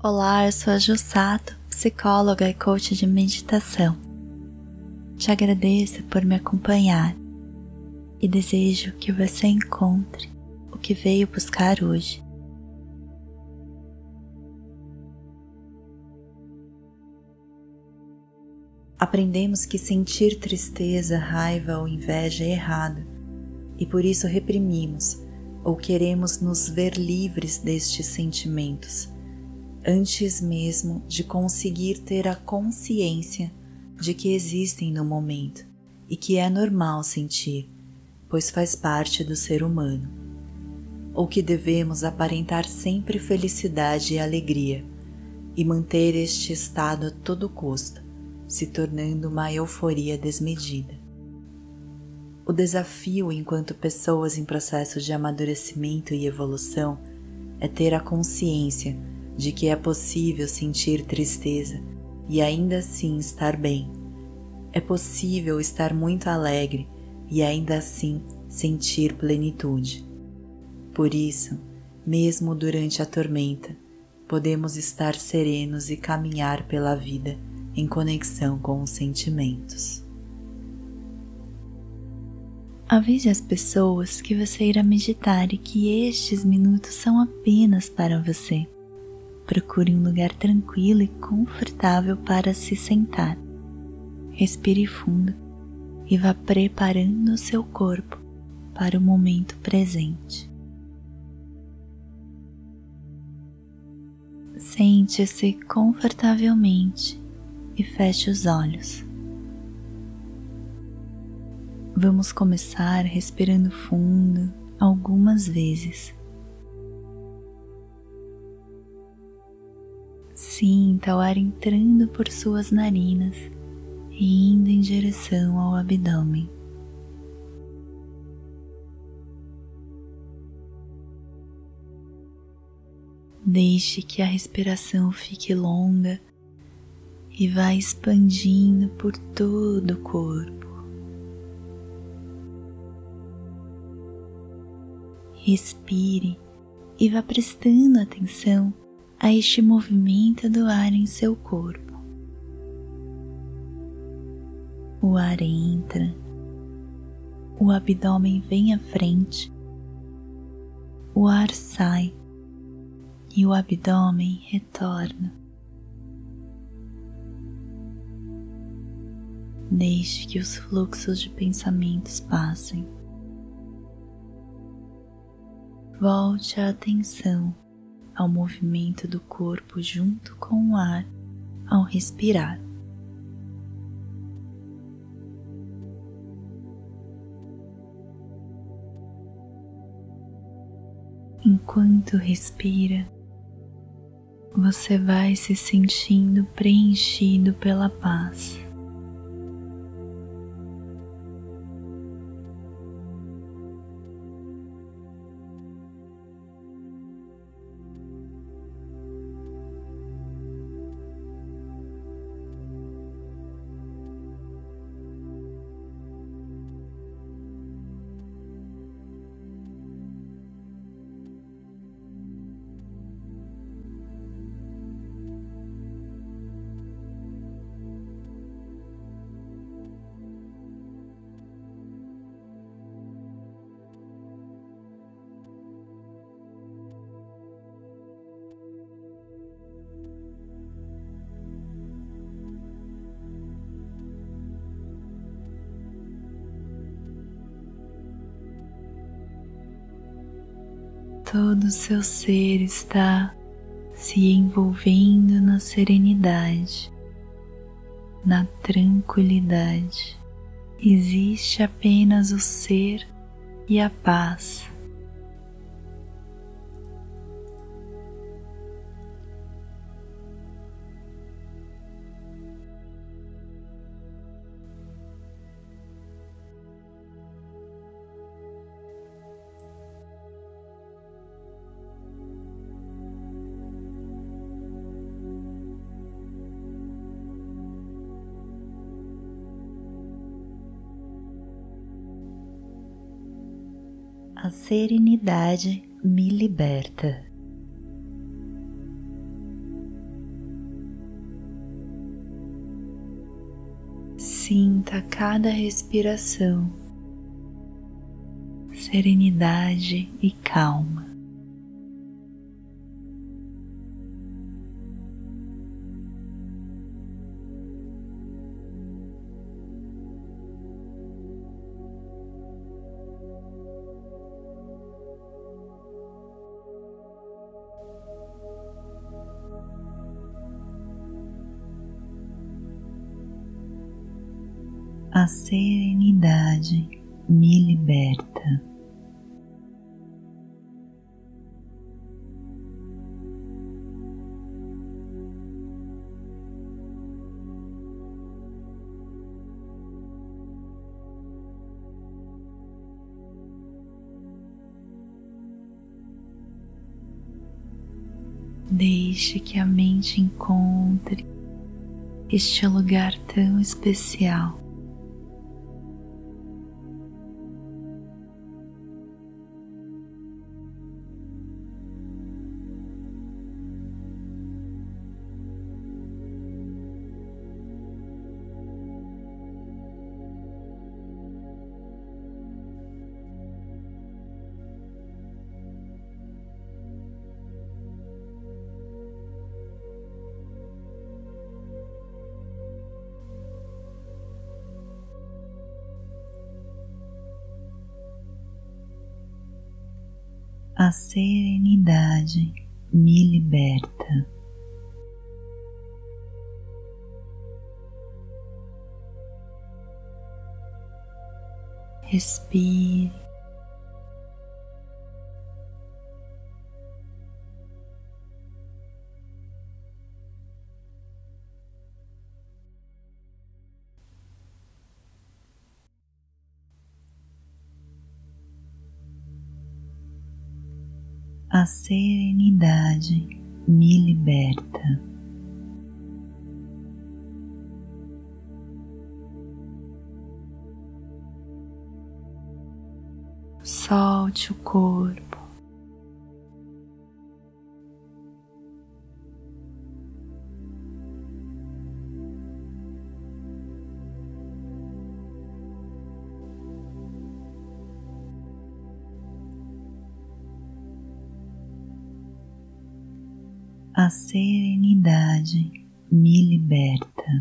Olá, eu sou a Ju Sato, psicóloga e coach de meditação. Te agradeço por me acompanhar e desejo que você encontre o que veio buscar hoje. Aprendemos que sentir tristeza, raiva ou inveja é errado e por isso reprimimos ou queremos nos ver livres destes sentimentos, antes mesmo de conseguir ter a consciência de que existem no momento e que é normal sentir, pois faz parte do ser humano. Ou que devemos aparentar sempre felicidade e alegria e manter este estado a todo custo, se tornando uma euforia desmedida. O desafio enquanto pessoas em processo de amadurecimento e evolução é ter a consciência de que é possível sentir tristeza e ainda assim estar bem. É possível estar muito alegre e ainda assim sentir plenitude. Por isso, mesmo durante a tormenta, podemos estar serenos e caminhar pela vida em conexão com os sentimentos. Avise as pessoas que você irá meditar e que estes minutos são apenas para você. Procure um lugar tranquilo e confortável para se sentar. Respire fundo e vá preparando o seu corpo para o momento presente. Sente-se confortavelmente e feche os olhos. Vamos começar respirando fundo algumas vezes. Sinta o ar entrando por suas narinas e indo em direção ao abdômen. Deixe que a respiração fique longa e vá expandindo por todo o corpo. Respire e vá prestando atenção a este movimento do ar em seu corpo. O ar entra, o abdômen vem à frente, o ar sai e o abdômen retorna. Deixe que os fluxos de pensamentos passem. Volte a atenção ao movimento do corpo junto com o ar ao respirar. Enquanto respira, você vai se sentindo preenchido pela paz. Todo o seu ser está se envolvendo na serenidade, na tranquilidade. Existe apenas o ser e a paz. A serenidade me liberta. Sinta a cada respiração serenidade e calma. A serenidade me liberta. Deixe que a mente encontre este lugar tão especial. A serenidade me liberta. Respire. A serenidade me liberta. Solte o corpo. A serenidade me liberta.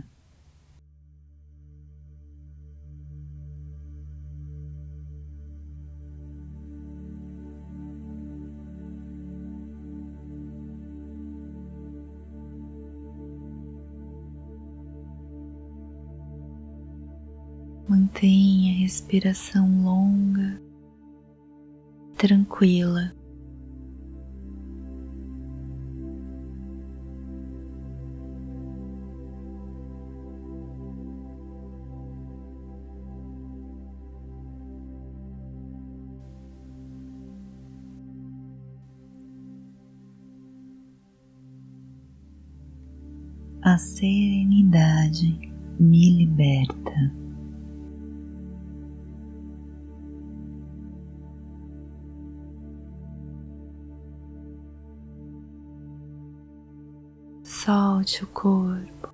Mantenha a respiração longa, tranquila. A serenidade me liberta. Solte o corpo.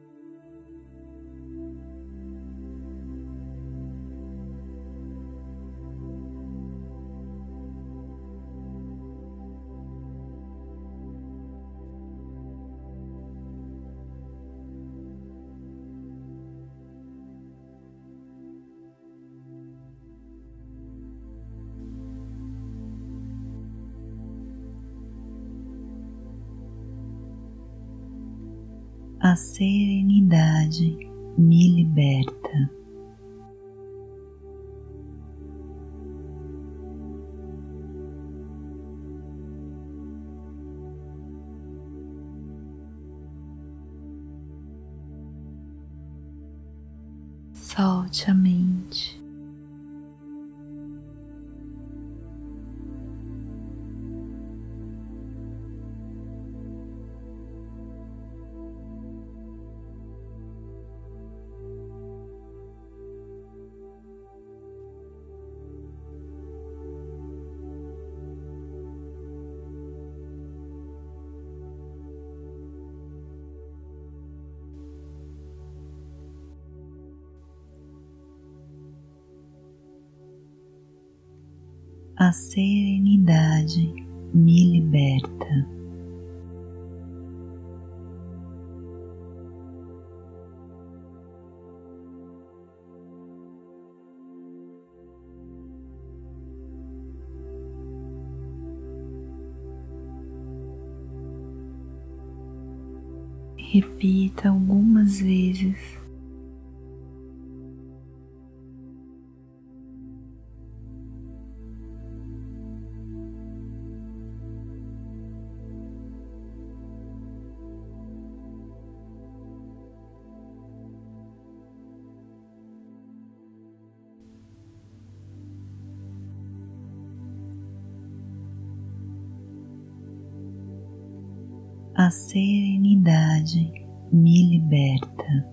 A serenidade me liberta. Solte a mente. A serenidade me liberta. Repita algumas vezes. A serenidade me liberta.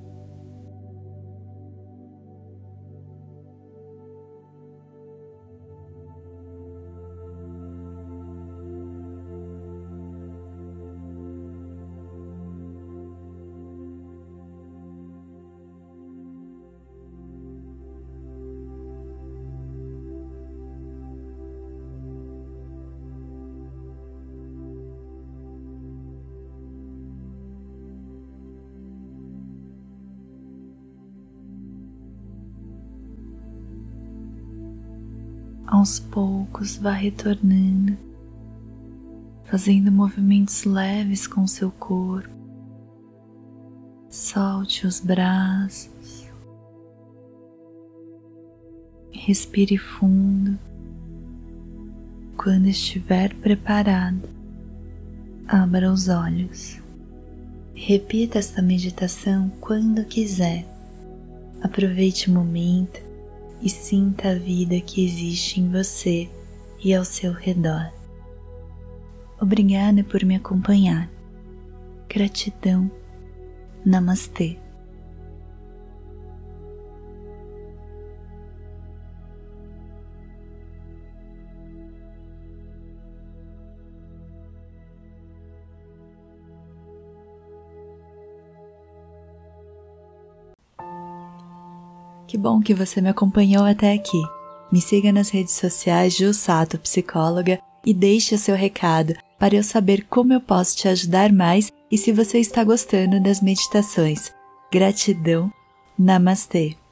Aos poucos vá retornando, fazendo movimentos leves com seu corpo. Solte os braços, respire fundo. Quando estiver preparado, abra os olhos. Repita esta meditação quando quiser. Aproveite o momento e sinta a vida que existe em você e ao seu redor. Obrigada por me acompanhar. Gratidão. Namastê. Que bom que você me acompanhou até aqui. Me siga nas redes sociais Ju Sato Psicóloga e deixe o seu recado para eu saber como eu posso te ajudar mais e se você está gostando das meditações. Gratidão. Namastê.